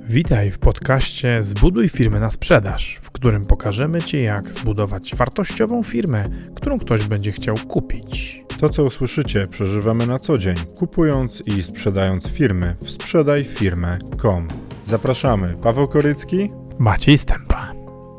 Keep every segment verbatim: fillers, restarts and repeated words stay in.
Witaj w podcaście Zbuduj firmę na sprzedaż, w którym pokażemy Ci, jak zbudować wartościową firmę, którą ktoś będzie chciał kupić. To, co usłyszycie, przeżywamy na co dzień, kupując i sprzedając firmy w sprzedaj firmę kropka com. Zapraszamy, Paweł Korycki, Maciej Stępa.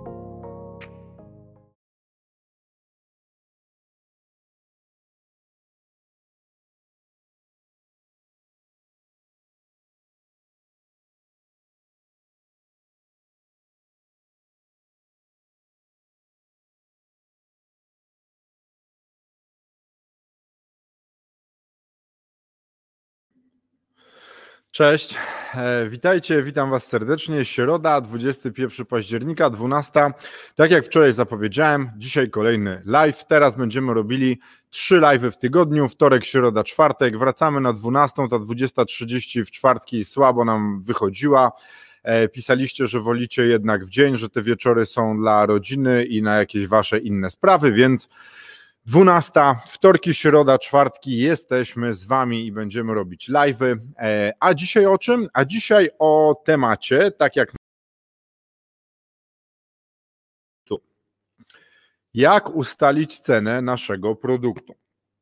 Cześć, e, witajcie, witam Was serdecznie. Środa, dwudziestego pierwszego października, dwunasta. Tak jak wczoraj zapowiedziałem, dzisiaj kolejny live. Teraz będziemy robili trzy live'y w tygodniu, wtorek, środa, czwartek. Wracamy na dwunastą, ta dwudziesta trzydzieści w czwartki słabo nam wychodziła. E, pisaliście, że wolicie jednak w dzień, że te wieczory są dla rodziny i na jakieś Wasze inne sprawy, więc dwunasta, wtorki, środa, czwartki jesteśmy z Wami i będziemy robić live'y. A dzisiaj o czym? A dzisiaj o temacie, tak jak tu. Jak ustalić cenę naszego produktu?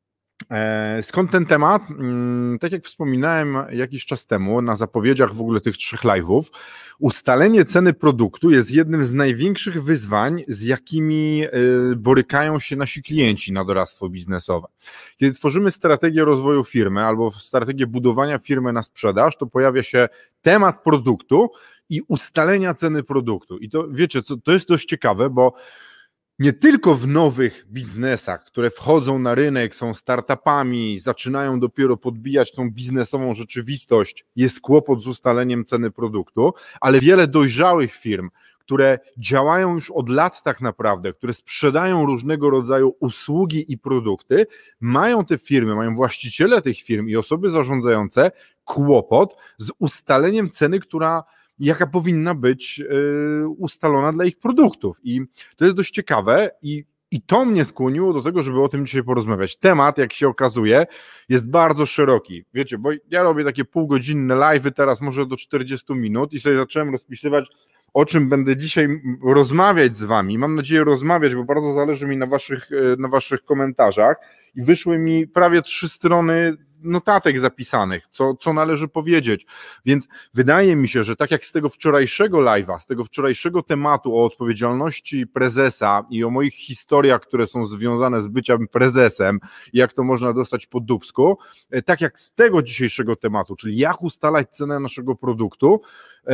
Skąd ten temat? Tak jak wspominałem jakiś czas temu na zapowiedziach w ogóle tych trzech live'ów, ustalenie ceny produktu jest jednym z największych wyzwań, z jakimi borykają się nasi klienci na doradztwo biznesowe. Kiedy tworzymy strategię rozwoju firmy albo strategię budowania firmy na sprzedaż, to pojawia się temat produktu i ustalenia ceny produktu. I to wiecie, co, to jest dość ciekawe, bo nie tylko w nowych biznesach, które wchodzą na rynek, są startupami, zaczynają dopiero podbijać tą biznesową rzeczywistość, jest kłopot z ustaleniem ceny produktu, ale wiele dojrzałych firm, które działają już od lat tak naprawdę, które sprzedają różnego rodzaju usługi i produkty, mają te firmy, mają właściciele tych firm i osoby zarządzające kłopot z ustaleniem ceny, która jaka powinna być y, ustalona dla ich produktów. I to jest dość ciekawe i, i to mnie skłoniło do tego, żeby o tym dzisiaj porozmawiać. Temat, jak się okazuje, jest bardzo szeroki. Wiecie, bo ja robię takie półgodzinne live'y teraz może do czterdziestu minut i sobie zacząłem rozpisywać, o czym będę dzisiaj rozmawiać z Wami. Mam nadzieję rozmawiać, bo bardzo zależy mi na waszych, na waszych komentarzach i wyszły mi prawie trzy strony notatek zapisanych, co, co należy powiedzieć, więc wydaje mi się, że tak jak z tego wczorajszego live'a, z tego wczorajszego tematu o odpowiedzialności prezesa i o moich historiach, które są związane z byciem prezesem i jak to można dostać po dupsku, tak jak z tego dzisiejszego tematu, czyli jak ustalać cenę naszego produktu,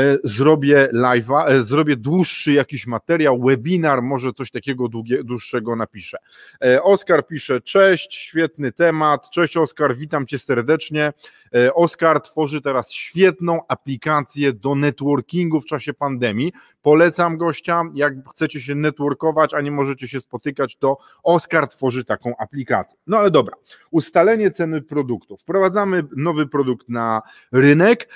zrobię live'a, zrobię dłuższy jakiś materiał, webinar, może coś takiego długie, dłuższego napiszę. Oskar pisze, cześć, świetny temat, cześć Oskar, witam Cię serdecznie. Oskar tworzy teraz świetną aplikację do networkingu w czasie pandemii. Polecam gościa, jak chcecie się networkować, a nie możecie się spotykać, to Oskar tworzy taką aplikację. No ale dobra, ustalenie ceny produktu. Wprowadzamy nowy produkt na rynek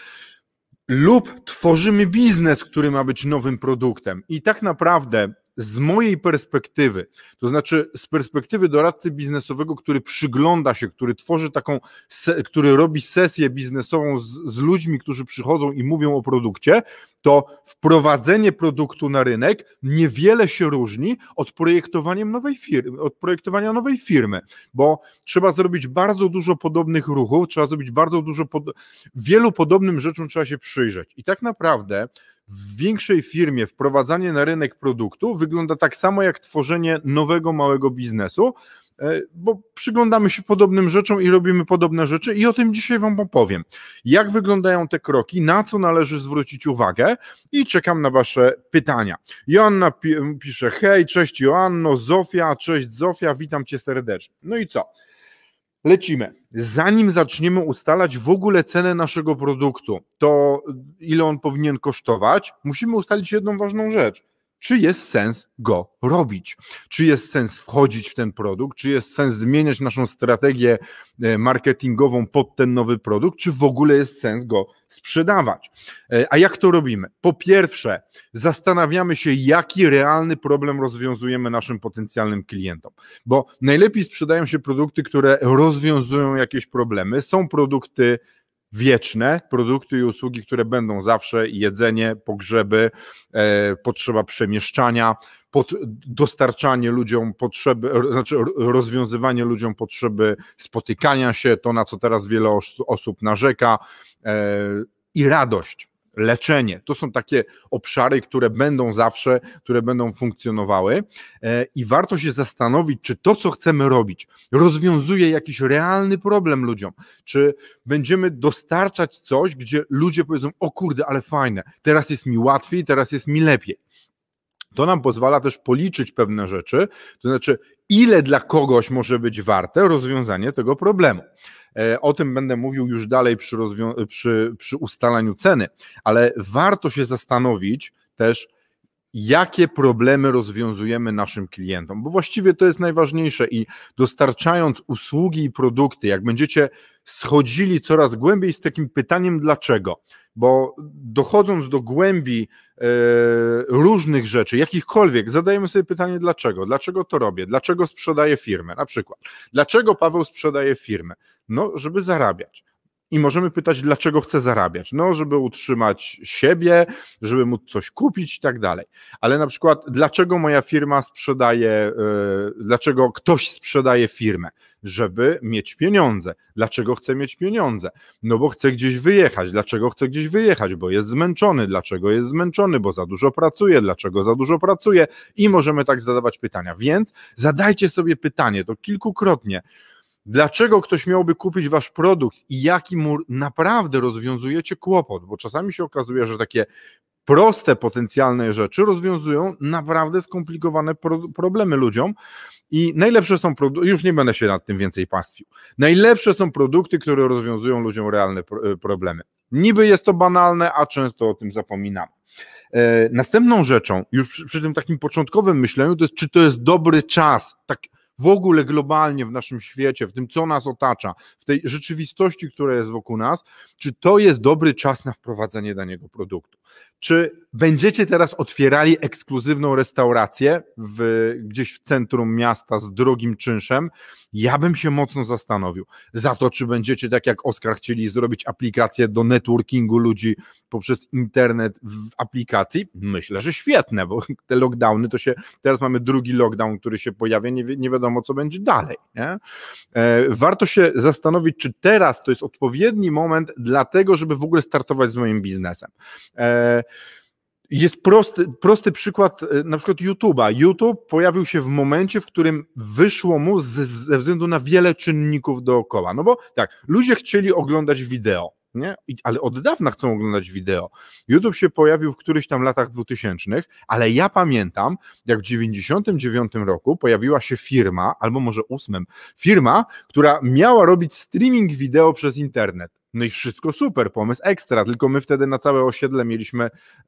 lub tworzymy biznes, który ma być nowym produktem. I tak naprawdę z mojej perspektywy, to znaczy z perspektywy doradcy biznesowego, który przygląda się, który tworzy taką, który robi sesję biznesową z, z ludźmi, którzy przychodzą i mówią o produkcie, to wprowadzenie produktu na rynek niewiele się różni od projektowaniem nowej firmy, od projektowania nowej firmy, bo trzeba zrobić bardzo dużo podobnych ruchów, trzeba zrobić bardzo dużo, pod... wielu podobnym rzeczom trzeba się przyjrzeć. I tak naprawdę w większej firmie wprowadzanie na rynek produktu wygląda tak samo jak tworzenie nowego, małego biznesu, bo przyglądamy się podobnym rzeczom i robimy podobne rzeczy i o tym dzisiaj Wam opowiem. Jak wyglądają te kroki, na co należy zwrócić uwagę i czekam na Wasze pytania. Joanna pisze, hej, cześć Joanno, Zofia, cześć Zofia, witam Cię serdecznie. No i co? Lecimy. Zanim zaczniemy ustalać w ogóle cenę naszego produktu, to ile on powinien kosztować, musimy ustalić jedną ważną rzecz. Czy jest sens go robić? Czy jest sens wchodzić w ten produkt? Czy jest sens zmieniać naszą strategię marketingową pod ten nowy produkt? Czy w ogóle jest sens go sprzedawać? A jak to robimy? Po pierwsze, zastanawiamy się, jaki realny problem rozwiązujemy naszym potencjalnym klientom, bo najlepiej sprzedają się produkty, które rozwiązują jakieś problemy. Są produkty wieczne, produkty i usługi, które będą zawsze, jedzenie, pogrzeby, e, potrzeba przemieszczania, pod, dostarczanie ludziom potrzeby, znaczy rozwiązywanie ludziom potrzeby spotykania się, to na co teraz wiele os- osób narzeka, e, i radość. Leczenie. To są takie obszary, które będą zawsze, które będą funkcjonowały i warto się zastanowić, czy to, co chcemy robić, rozwiązuje jakiś realny problem ludziom, czy będziemy dostarczać coś, gdzie ludzie powiedzą, o kurde, ale fajne, teraz jest mi łatwiej, teraz jest mi lepiej. To nam pozwala też policzyć pewne rzeczy, to znaczy ile dla kogoś może być warte rozwiązanie tego problemu. O tym będę mówił już dalej przy, rozwią- przy, przy ustalaniu ceny, ale warto się zastanowić też, jakie problemy rozwiązujemy naszym klientom, bo właściwie to jest najważniejsze i dostarczając usługi i produkty, jak będziecie schodzili coraz głębiej z takim pytaniem dlaczego, bo dochodząc do głębi e, różnych rzeczy, jakichkolwiek, zadajemy sobie pytanie dlaczego, dlaczego to robię, dlaczego sprzedaję firmę, na przykład, dlaczego Paweł sprzedaje firmę, no żeby zarabiać. I możemy pytać, dlaczego chcę zarabiać? No, żeby utrzymać siebie, żeby móc coś kupić i tak dalej. Ale na przykład, dlaczego moja firma sprzedaje, yy, dlaczego ktoś sprzedaje firmę? Żeby mieć pieniądze. Dlaczego chce mieć pieniądze? No bo chce gdzieś wyjechać. Dlaczego chce gdzieś wyjechać? Bo jest zmęczony. Dlaczego jest zmęczony? Bo za dużo pracuje. Dlaczego za dużo pracuje? I możemy tak zadawać pytania. Więc zadajcie sobie pytanie, to kilkukrotnie. Dlaczego ktoś miałby kupić wasz produkt i jaki mu naprawdę rozwiązujecie kłopot? Bo czasami się okazuje, że takie proste potencjalne rzeczy rozwiązują naprawdę skomplikowane pro- problemy ludziom i najlepsze są produkty, już nie będę się nad tym więcej pastwił, najlepsze są produkty, które rozwiązują ludziom realne pro- problemy. Niby jest to banalne, a często o tym zapominamy. E, następną rzeczą, już przy, przy tym takim początkowym myśleniu, to jest, czy to jest dobry czas, tak w ogóle globalnie w naszym świecie, w tym, co nas otacza, w tej rzeczywistości, która jest wokół nas, czy to jest dobry czas na wprowadzenie danego produktu? Czy będziecie teraz otwierali ekskluzywną restaurację w, gdzieś w centrum miasta z drogim czynszem? Ja bym się mocno zastanowił. Za to, czy będziecie, tak jak Oskar, chcieli zrobić aplikację do networkingu ludzi poprzez internet w aplikacji? Myślę, że świetne, bo te lockdowny to się, teraz mamy drugi lockdown, który się pojawia, nie, nie wiadomo, co będzie dalej. Nie? E, warto się zastanowić, czy teraz to jest odpowiedni moment dla tego, żeby w ogóle startować z moim biznesem. E, Jest prosty, prosty przykład na przykład YouTube'a. YouTube pojawił się w momencie, w którym wyszło mu ze, ze względu na wiele czynników dookoła. No bo tak, ludzie chcieli oglądać wideo, nie? Ale od dawna chcą oglądać wideo. YouTube się pojawił w którychś tam latach dwutysięcznych, ale ja pamiętam, jak w dziewięćdziesiątym dziewiątym roku pojawiła się firma, albo może ósmym, firma, która miała robić streaming wideo przez internet. No i wszystko super, pomysł ekstra, tylko my wtedy na całe osiedle mieliśmy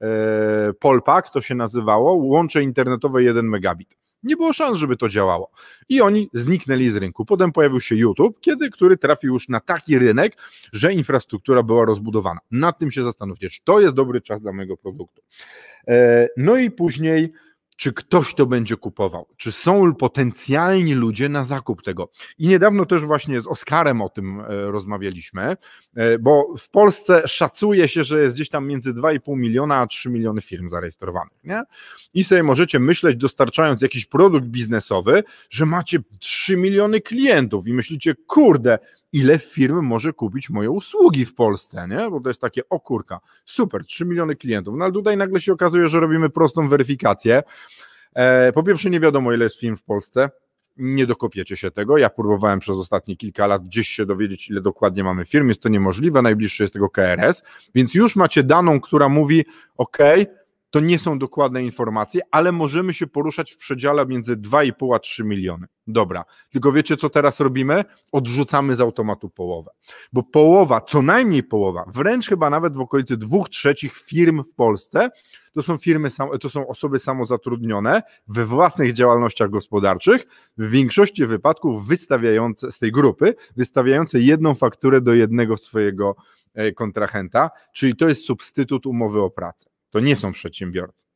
e, Polpak, to się nazywało, łącze internetowe jeden megabit. Nie było szans, żeby to działało. I oni zniknęli z rynku. Potem pojawił się YouTube, kiedy, który trafił już na taki rynek, że infrastruktura była rozbudowana. Nad tym się zastanówcie, czy to jest dobry czas dla mojego produktu. E, no i później, czy ktoś to będzie kupował, czy są potencjalni ludzie na zakup tego. I niedawno też właśnie z Oskarem o tym rozmawialiśmy, bo w Polsce szacuje się, że jest gdzieś tam między dwa i pół miliona a trzy miliony firm zarejestrowanych. Nie? I sobie możecie myśleć, dostarczając jakiś produkt biznesowy, że macie trzy miliony klientów i myślicie, kurde, ile firm może kupić moje usługi w Polsce, nie? Bo to jest takie, o kurka, super, trzy miliony klientów, no ale tutaj nagle się okazuje, że robimy prostą weryfikację. E, po pierwsze nie wiadomo, ile jest firm w Polsce, nie dokopiecie się tego, ja próbowałem przez ostatnie kilka lat gdzieś się dowiedzieć, ile dokładnie mamy firm, jest to niemożliwe, najbliższy jest tego K R S, więc już macie daną, która mówi, ok, to nie są dokładne informacje, ale możemy się poruszać w przedziale między dwa i pół a trzy miliony. Dobra, tylko wiecie, co teraz robimy? Odrzucamy z automatu połowę, bo połowa, co najmniej połowa, wręcz chyba nawet w okolicy dwóch trzecich firm w Polsce, to są firmy, to są osoby samozatrudnione we własnych działalnościach gospodarczych, w większości wypadków wystawiające z tej grupy, wystawiające jedną fakturę do jednego swojego kontrahenta, czyli to jest substytut umowy o pracę. To nie są przedsiębiorcy.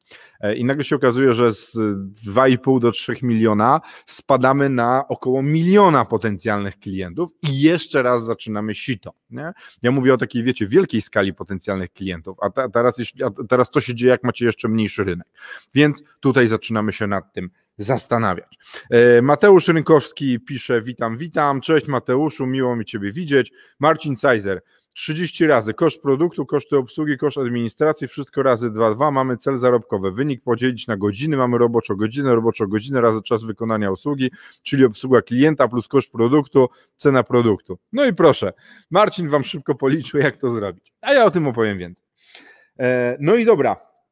I nagle się okazuje, że z dwa i pół do trzech miliona spadamy na około miliona potencjalnych klientów i jeszcze raz zaczynamy sito. Nie? Ja mówię o takiej, wiecie, wielkiej skali potencjalnych klientów, a, ta, teraz, jeśli, a teraz co się dzieje, jak macie jeszcze mniejszy rynek. Więc tutaj zaczynamy się nad tym zastanawiać. Mateusz Rynkowski pisze: witam, witam, cześć Mateuszu, miło mi Ciebie widzieć. Marcin Cajzer: trzydzieści razy koszt produktu, koszty obsługi, koszt administracji, wszystko razy dwa, dwa, mamy cel zarobkowy, wynik podzielić na godziny, mamy roboczą godzinę, roboczą godzinę razy czas wykonania usługi, czyli obsługa klienta plus koszt produktu, cena produktu. No i proszę, Marcin Wam szybko policzył, jak to zrobić, a ja o tym opowiem więcej. No i dobra,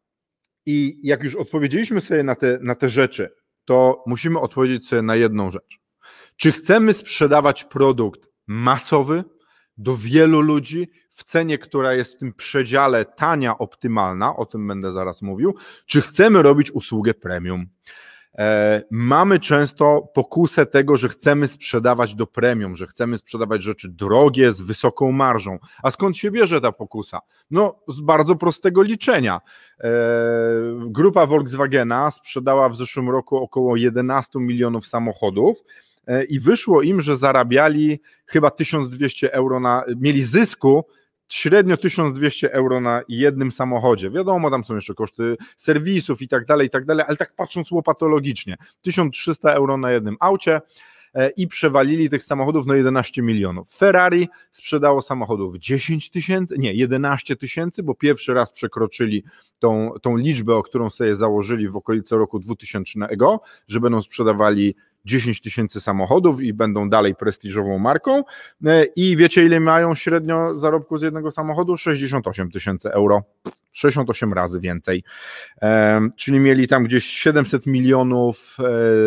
i jak już odpowiedzieliśmy sobie na te, na te rzeczy, to musimy odpowiedzieć sobie na jedną rzecz. Czy chcemy sprzedawać produkt masowy do wielu ludzi w cenie, która jest w tym przedziale tania, optymalna, o tym będę zaraz mówił, czy chcemy robić usługę premium? E, mamy często pokusę tego, że chcemy sprzedawać do premium, że chcemy sprzedawać rzeczy drogie, z wysoką marżą. A skąd się bierze ta pokusa? No z bardzo prostego liczenia. E, grupa Volkswagena sprzedała w zeszłym roku około jedenaście milionów samochodów, i wyszło im, że zarabiali chyba tysiąc dwieście euro na, mieli zysku średnio tysiąc dwieście euro na jednym samochodzie. Wiadomo, tam są jeszcze koszty serwisów i tak dalej, i tak dalej, ale tak patrząc łopatologicznie, tysiąc trzysta euro na jednym aucie i przewalili tych samochodów na jedenaście milionów. Ferrari sprzedało samochodów dziesięć tysięcy, nie, jedenaście tysięcy, bo pierwszy raz przekroczyli tą, tą liczbę, o którą sobie założyli w okolicy roku dwutysięcznego, że będą sprzedawali dziesięć tysięcy samochodów i będą dalej prestiżową marką. I wiecie, ile mają średnio zarobku z jednego samochodu? sześćdziesiąt osiem tysięcy euro. sześćdziesiąt osiem razy więcej. Czyli mieli tam gdzieś siedemset milionów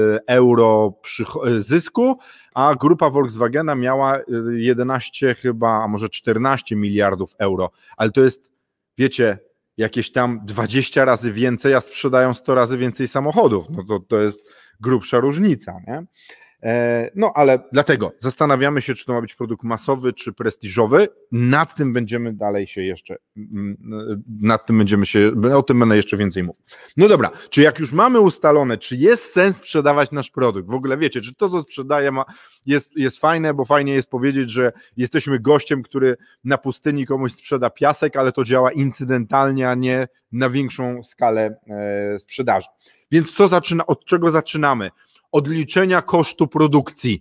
euro zysku, a grupa Volkswagena miała jedenaście chyba, a może czternaście miliardów euro. Ale to jest, wiecie, jakieś tam dwadzieścia razy więcej, a sprzedają sto razy więcej samochodów. No to, to jest grubsza różnica, nie? No ale dlatego zastanawiamy się, czy to ma być produkt masowy, czy prestiżowy. Nad tym będziemy dalej się jeszcze, nad tym będziemy się, o tym będę jeszcze więcej mówił. No dobra, czy jak już mamy ustalone, czy jest sens sprzedawać nasz produkt? W ogóle wiecie, czy to, co sprzedaję, ma, jest, jest fajne, bo fajnie jest powiedzieć, że jesteśmy gościem, który na pustyni komuś sprzeda piasek, ale to działa incydentalnie, a nie na większą skalę e, sprzedaży. Więc co zaczyna, od czego zaczynamy? Od liczenia kosztu produkcji.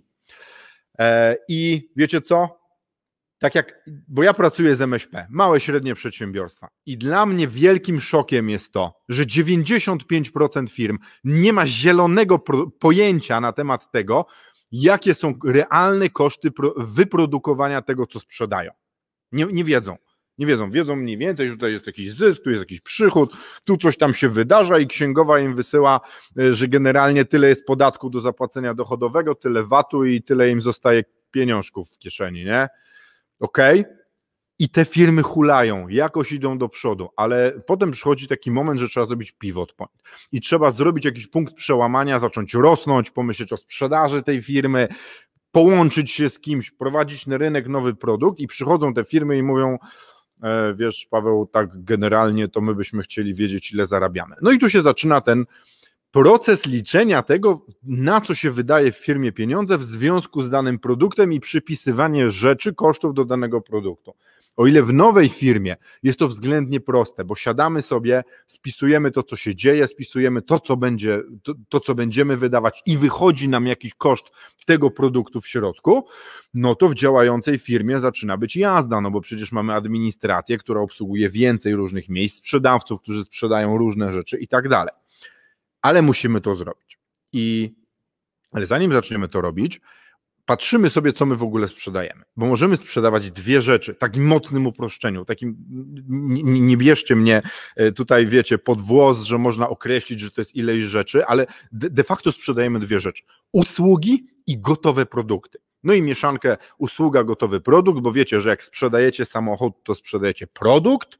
E, I wiecie co? Tak jak, bo ja pracuję z M S P, małe, średnie przedsiębiorstwa, i dla mnie wielkim szokiem jest to, że dziewięćdziesiąt pięć procent firm nie ma zielonego pojęcia na temat tego, jakie są realne koszty wyprodukowania tego, co sprzedają. Nie, nie wiedzą. Nie wiedzą, wiedzą mniej więcej, że tutaj jest jakiś zysk, tu jest jakiś przychód, tu coś tam się wydarza i księgowa im wysyła, że generalnie tyle jest podatku do zapłacenia dochodowego, tyle vatu i tyle im zostaje pieniążków w kieszeni, nie? Okej? Okay? I te firmy hulają, jakoś idą do przodu, ale potem przychodzi taki moment, że trzeba zrobić pivot point i trzeba zrobić jakiś punkt przełamania, zacząć rosnąć, pomyśleć o sprzedaży tej firmy, połączyć się z kimś, prowadzić na rynek nowy produkt i przychodzą te firmy i mówią: wiesz, Paweł, tak generalnie to my byśmy chcieli wiedzieć, ile zarabiamy. No i tu się zaczyna ten proces liczenia tego, na co się wydaje w firmie pieniądze w związku z danym produktem i przypisywanie rzeczy, kosztów do danego produktu. O ile w nowej firmie jest to względnie proste, bo siadamy sobie, spisujemy to, co się dzieje, spisujemy to, co będzie, to, to, co będziemy wydawać i wychodzi nam jakiś koszt tego produktu w środku, no to w działającej firmie zaczyna być jazda, no bo przecież mamy administrację, która obsługuje więcej różnych miejsc, sprzedawców, którzy sprzedają różne rzeczy i tak dalej. Ale musimy to zrobić. I, ale zanim zaczniemy to robić, patrzymy sobie, co my w ogóle sprzedajemy, bo możemy sprzedawać dwie rzeczy, w takim mocnym uproszczeniu, takim, nie, nie bierzcie mnie tutaj, wiecie, pod włos, że można określić, że to jest ileś rzeczy, ale de, de facto sprzedajemy dwie rzeczy, usługi i gotowe produkty. No i mieszankę usługa, gotowy produkt, bo wiecie, że jak sprzedajecie samochód, to sprzedajecie produkt,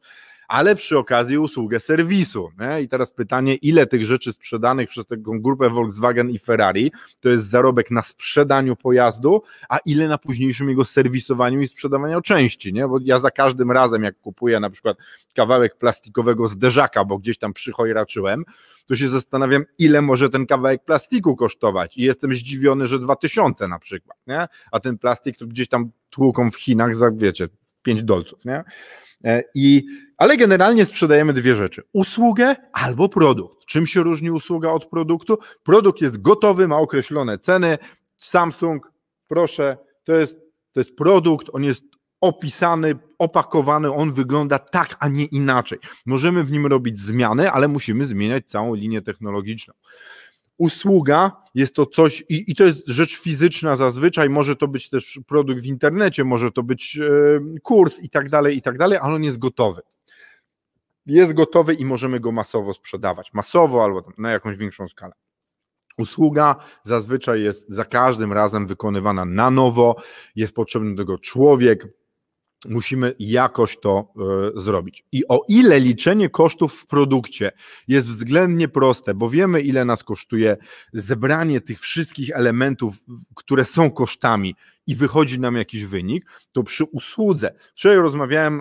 ale przy okazji usługę serwisu. Nie? I teraz pytanie, ile tych rzeczy sprzedanych przez taką grupę Volkswagen i Ferrari to jest zarobek na sprzedaniu pojazdu, a ile na późniejszym jego serwisowaniu i sprzedawaniu części, nie? Bo ja za każdym razem, jak kupuję na przykład kawałek plastikowego zderzaka, bo gdzieś tam przychojraczyłem, to się zastanawiam, ile może ten kawałek plastiku kosztować i jestem zdziwiony, że dwa tysiące na przykład, nie? A ten plastik to gdzieś tam tłuką w Chinach za, wiecie, pięć dolców, nie? I, ale generalnie sprzedajemy dwie rzeczy, usługę albo produkt. Czym się różni usługa od produktu? Produkt jest gotowy, ma określone ceny, Samsung, proszę, to jest, to jest produkt, on jest opisany, opakowany, on wygląda tak, a nie inaczej. Możemy w nim robić zmiany, ale musimy zmieniać całą linię technologiczną. Usługa jest to coś, i, i to jest rzecz fizyczna zazwyczaj, może to być też produkt w internecie, może to być e, kurs i tak dalej, i tak dalej, ale on jest gotowy. Jest gotowy i możemy go masowo sprzedawać. Masowo albo tam na jakąś większą skalę. Usługa zazwyczaj jest za każdym razem wykonywana na nowo, jest potrzebny do tego człowiek, musimy jakoś to y, zrobić. I o ile liczenie kosztów w produkcie jest względnie proste, bo wiemy, ile nas kosztuje zebranie tych wszystkich elementów, które są kosztami i wychodzi nam jakiś wynik, to przy usłudze. Wczoraj rozmawiałem y,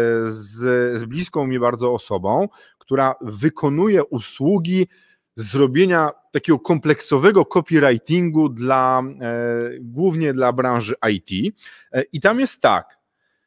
z, z bliską mi bardzo osobą, która wykonuje usługi zrobienia takiego kompleksowego copywritingu dla, y, głównie dla branży I T. Y, I tam jest tak,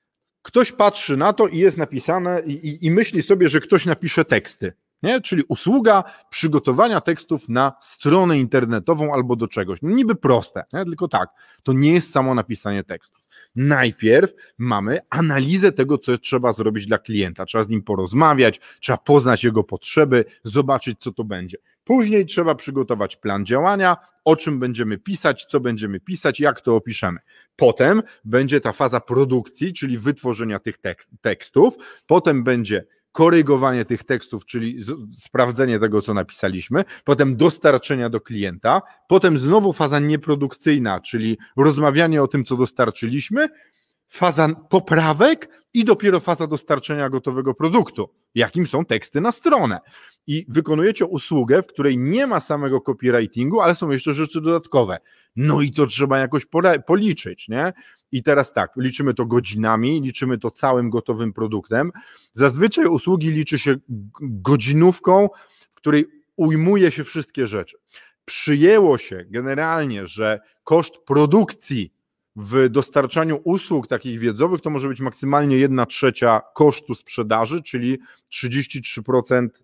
ktoś patrzy na to i jest napisane i, i, i myśli sobie, że ktoś napisze teksty, nie? Czyli usługa przygotowania tekstów na stronę internetową albo do czegoś. No niby proste, nie? Tylko tak, to nie jest samo napisanie tekstów. Najpierw mamy analizę tego, co trzeba zrobić dla klienta. Trzeba z nim porozmawiać, trzeba poznać jego potrzeby, zobaczyć, co to będzie. Później trzeba przygotować plan działania, o czym będziemy pisać, co będziemy pisać, jak to opiszemy. Potem będzie ta faza produkcji, czyli wytworzenia tych tek- tekstów. Potem będzie korygowanie tych tekstów, czyli z- sprawdzenie tego, co napisaliśmy, potem dostarczenia do klienta, potem znowu faza nieprodukcyjna, czyli rozmawianie o tym, co dostarczyliśmy, faza poprawek i dopiero faza dostarczenia gotowego produktu, jakim są teksty na stronę. I wykonujecie usługę, w której nie ma samego copywritingu, ale są jeszcze rzeczy dodatkowe. No i to trzeba jakoś pole- policzyć, nie? I teraz tak, liczymy to godzinami, liczymy to całym gotowym produktem. Zazwyczaj usługi liczy się godzinówką, w której ujmuje się wszystkie rzeczy. Przyjęło się generalnie, że koszt produkcji w dostarczaniu usług takich wiedzowych to może być maksymalnie jedna trzecia kosztu sprzedaży, czyli trzydzieści trzy procent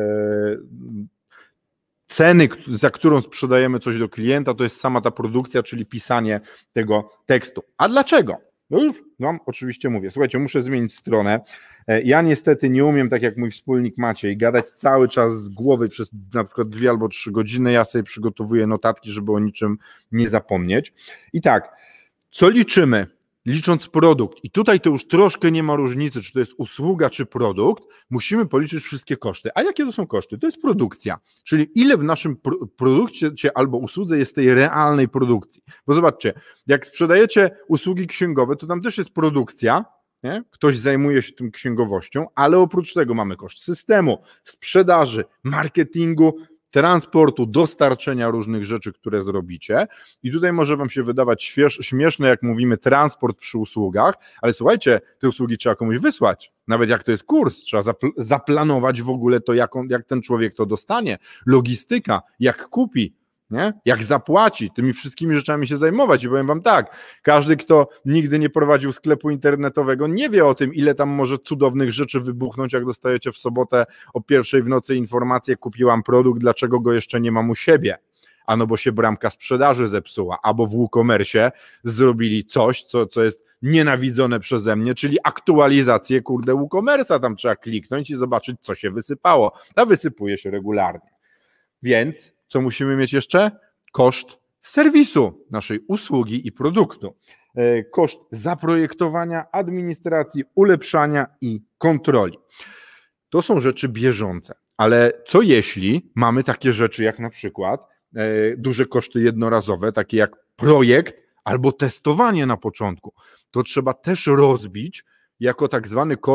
ceny, za którą sprzedajemy coś do klienta, to jest sama ta produkcja, czyli pisanie tego tekstu. A dlaczego? No już wam oczywiście mówię. Słuchajcie, muszę zmienić stronę. Ja niestety nie umiem, tak jak mój wspólnik Maciej, gadać cały czas z głowy przez na przykład dwie albo trzy godziny. Ja sobie przygotowuję notatki, żeby o niczym nie zapomnieć. I tak, co liczymy? Licząc produkt, i tutaj to już troszkę nie ma różnicy, czy to jest usługa, czy produkt, musimy policzyć wszystkie koszty. A jakie to są koszty? To jest produkcja, czyli ile w naszym pro- produkcie albo usłudze jest tej realnej produkcji. Bo zobaczcie, jak sprzedajecie usługi księgowe, to tam też jest produkcja, nie? Ktoś zajmuje się tym księgowością, ale oprócz tego mamy koszt systemu, sprzedaży, marketingu, transportu, dostarczenia różnych rzeczy, które zrobicie. I tutaj może wam się wydawać śmiesz, śmieszne, jak mówimy transport przy usługach, ale słuchajcie, te usługi trzeba komuś wysłać. Nawet jak to jest kurs, trzeba zapl- zaplanować w ogóle to, jak, on, jak ten człowiek to dostanie. Logistyka, jak kupi, nie? Jak zapłaci, tymi wszystkimi rzeczami się zajmować. I powiem wam tak, każdy, kto nigdy nie prowadził sklepu internetowego, nie wie o tym, ile tam może cudownych rzeczy wybuchnąć, jak dostajecie w sobotę o pierwszej w nocy informację, kupiłam produkt, dlaczego go jeszcze nie mam u siebie. Ano bo się bramka sprzedaży zepsuła, albo w WooCommerce zrobili coś, co, co jest nienawidzone przeze mnie, czyli aktualizację, kurde, WooCommerce'a, tam trzeba kliknąć i zobaczyć, co się wysypało, a wysypuje się regularnie. Więc co musimy mieć jeszcze? Koszt serwisu naszej usługi i produktu. Koszt zaprojektowania, administracji, ulepszania i kontroli. To są rzeczy bieżące, ale co jeśli mamy takie rzeczy jak na przykład duże koszty jednorazowe, takie jak projekt albo testowanie na początku. To trzeba też rozbić jako tak zwany koszt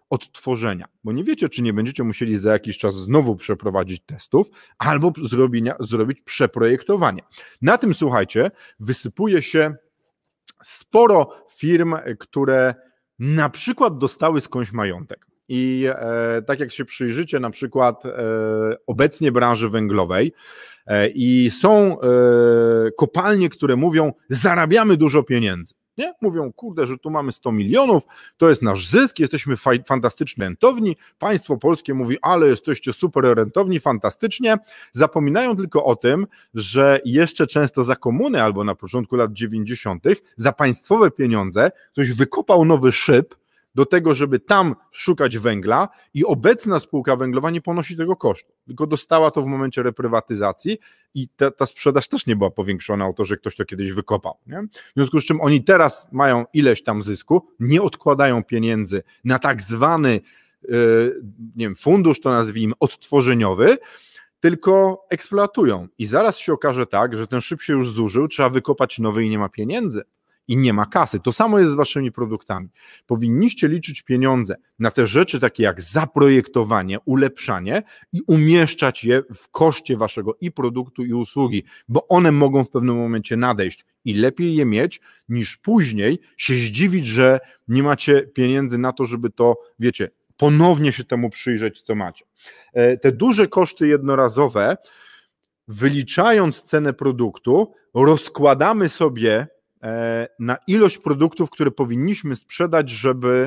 odtworzenia, bo nie wiecie, czy nie będziecie musieli za jakiś czas znowu przeprowadzić testów albo zrobienia, zrobić przeprojektowanie. Na tym, słuchajcie, wysypuje się sporo firm, które na przykład dostały skądś majątek. I e, tak jak się przyjrzycie na przykład e, obecnie branży węglowej e, i są e, kopalnie, które mówią, zarabiamy dużo pieniędzy. Nie? Mówią, kurde, że tu mamy sto milionów, to jest nasz zysk, jesteśmy faj, fantastycznie rentowni, państwo polskie mówi, ale jesteście super rentowni, fantastycznie, zapominają tylko o tym, że jeszcze często za komuny albo na początku lat dziewięćdziesiątych za państwowe pieniądze ktoś wykopał nowy szyb do tego, żeby tam szukać węgla i obecna spółka węglowa nie ponosi tego kosztu, tylko dostała to w momencie reprywatyzacji i ta, ta sprzedaż też nie była powiększona o to, że ktoś to kiedyś wykopał. Nie? W związku z czym oni teraz mają ileś tam zysku, nie odkładają pieniędzy na tak zwany yy, nie wiem, fundusz, to nazwijmy, odtworzeniowy, tylko eksploatują i zaraz się okaże tak, że ten szyb się już zużył, trzeba wykopać nowy i nie ma pieniędzy. I nie ma kasy. To samo jest z waszymi produktami. Powinniście liczyć pieniądze na te rzeczy takie jak zaprojektowanie, ulepszanie i umieszczać je w koszcie waszego i produktu, i usługi, bo one mogą w pewnym momencie nadejść i lepiej je mieć, niż później się zdziwić, że nie macie pieniędzy na to, żeby to, wiecie, ponownie się temu przyjrzeć, co macie. Te duże koszty jednorazowe, wyliczając cenę produktu, rozkładamy sobie na ilość produktów, które powinniśmy sprzedać, żeby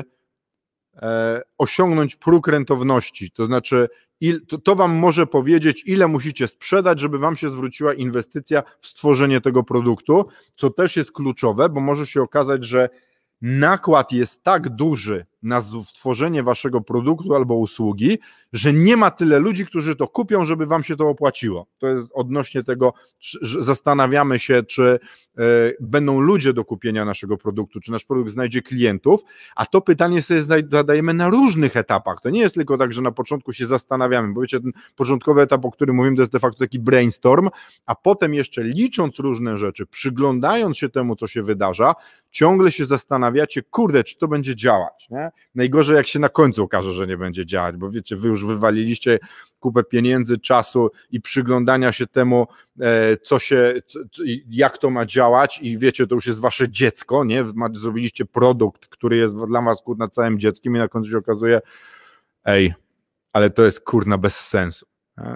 osiągnąć próg rentowności. To znaczy, to, to wam może powiedzieć, ile musicie sprzedać, żeby wam się zwróciła inwestycja w stworzenie tego produktu, co też jest kluczowe, bo może się okazać, że nakład jest tak duży na stworzenie waszego produktu albo usługi, że nie ma tyle ludzi, którzy to kupią, żeby wam się to opłaciło. To jest odnośnie tego, że zastanawiamy się, czy y, będą ludzie do kupienia naszego produktu, czy nasz produkt znajdzie klientów, a to pytanie sobie zadajemy na różnych etapach. To nie jest tylko tak, że na początku się zastanawiamy, bo wiecie, ten początkowy etap, o którym mówimy, to jest de facto taki brainstorm, a potem jeszcze licząc różne rzeczy, przyglądając się temu, co się wydarza, ciągle się zastanawiacie, kurde, czy to będzie działać, nie? Najgorzej, jak się na końcu okaże, że nie będzie działać, bo wiecie, wy już wywaliliście kupę pieniędzy, czasu i przyglądania się temu, co się, jak to ma działać i wiecie, to już jest wasze dziecko, nie? Zrobiliście produkt, który jest dla was kurna całym dzieckiem i na końcu się okazuje, ej, ale to jest kurna bez sensu.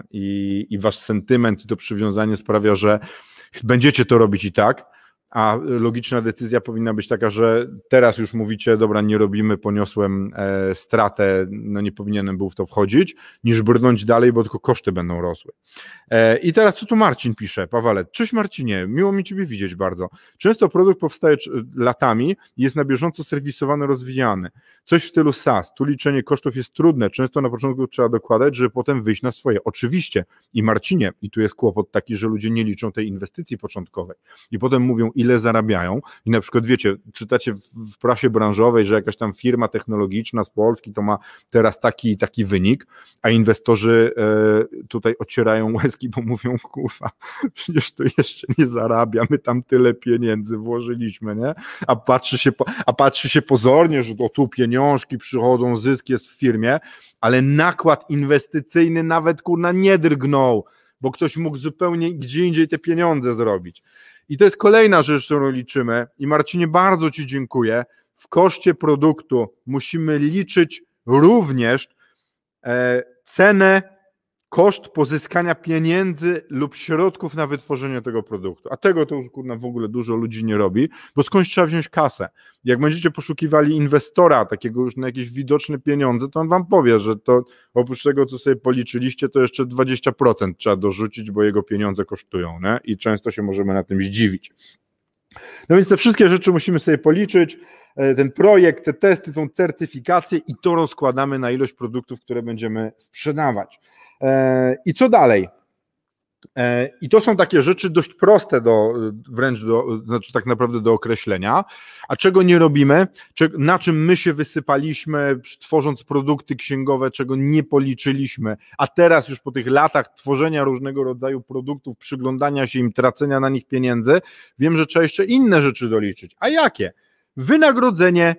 I, i wasz sentyment i to przywiązanie sprawia, że będziecie to robić i tak, a logiczna decyzja powinna być taka, że teraz już mówicie, dobra, nie robimy, poniosłem e, stratę, no nie powinienem był w to wchodzić, niż brnąć dalej, bo tylko koszty będą rosły. E, I teraz co tu Marcin pisze, Pawale? Cześć Marcinie, miło mi ciebie widzieć bardzo. Często produkt powstaje latami i jest na bieżąco serwisowany, rozwijany. Coś w stylu SaaS, tu liczenie kosztów jest trudne, często na początku trzeba dokładać, żeby potem wyjść na swoje. Oczywiście i Marcinie, i tu jest kłopot taki, że ludzie nie liczą tej inwestycji początkowej i potem mówią, ile zarabiają i na przykład wiecie, czytacie w prasie branżowej, że jakaś tam firma technologiczna z Polski to ma teraz taki i taki wynik, a inwestorzy e, tutaj ocierają łezki, bo mówią, kurwa, przecież to jeszcze nie zarabia, my tam tyle pieniędzy włożyliśmy, nie? A patrzy się, a patrzy się pozornie, że to tu pieniążki przychodzą, zysk jest w firmie, ale nakład inwestycyjny nawet kurna nie drgnął, bo ktoś mógł zupełnie gdzie indziej te pieniądze zrobić. I to jest kolejna rzecz, którą liczymy i Marcinie, bardzo ci dziękuję. W koszcie produktu musimy liczyć również e, cenę, koszt pozyskania pieniędzy lub środków na wytworzenie tego produktu. A tego to już kurna w ogóle dużo ludzi nie robi, bo skądś trzeba wziąć kasę. Jak będziecie poszukiwali inwestora takiego już na jakieś widoczne pieniądze, to on wam powie, że to oprócz tego, co sobie policzyliście, to jeszcze dwadzieścia procent trzeba dorzucić, bo jego pieniądze kosztują, nie? I często się możemy na tym zdziwić. No więc te wszystkie rzeczy musimy sobie policzyć, ten projekt, te testy, tą certyfikację i to rozkładamy na ilość produktów, które będziemy sprzedawać. I co dalej? I to są takie rzeczy dość proste do, wręcz do, znaczy tak naprawdę do określenia, a czego nie robimy, na czym my się wysypaliśmy, tworząc produkty księgowe, czego nie policzyliśmy, a teraz już po tych latach tworzenia różnego rodzaju produktów, przyglądania się im, tracenia na nich pieniędzy, wiem, że trzeba jeszcze inne rzeczy doliczyć. A jakie? Wynagrodzenie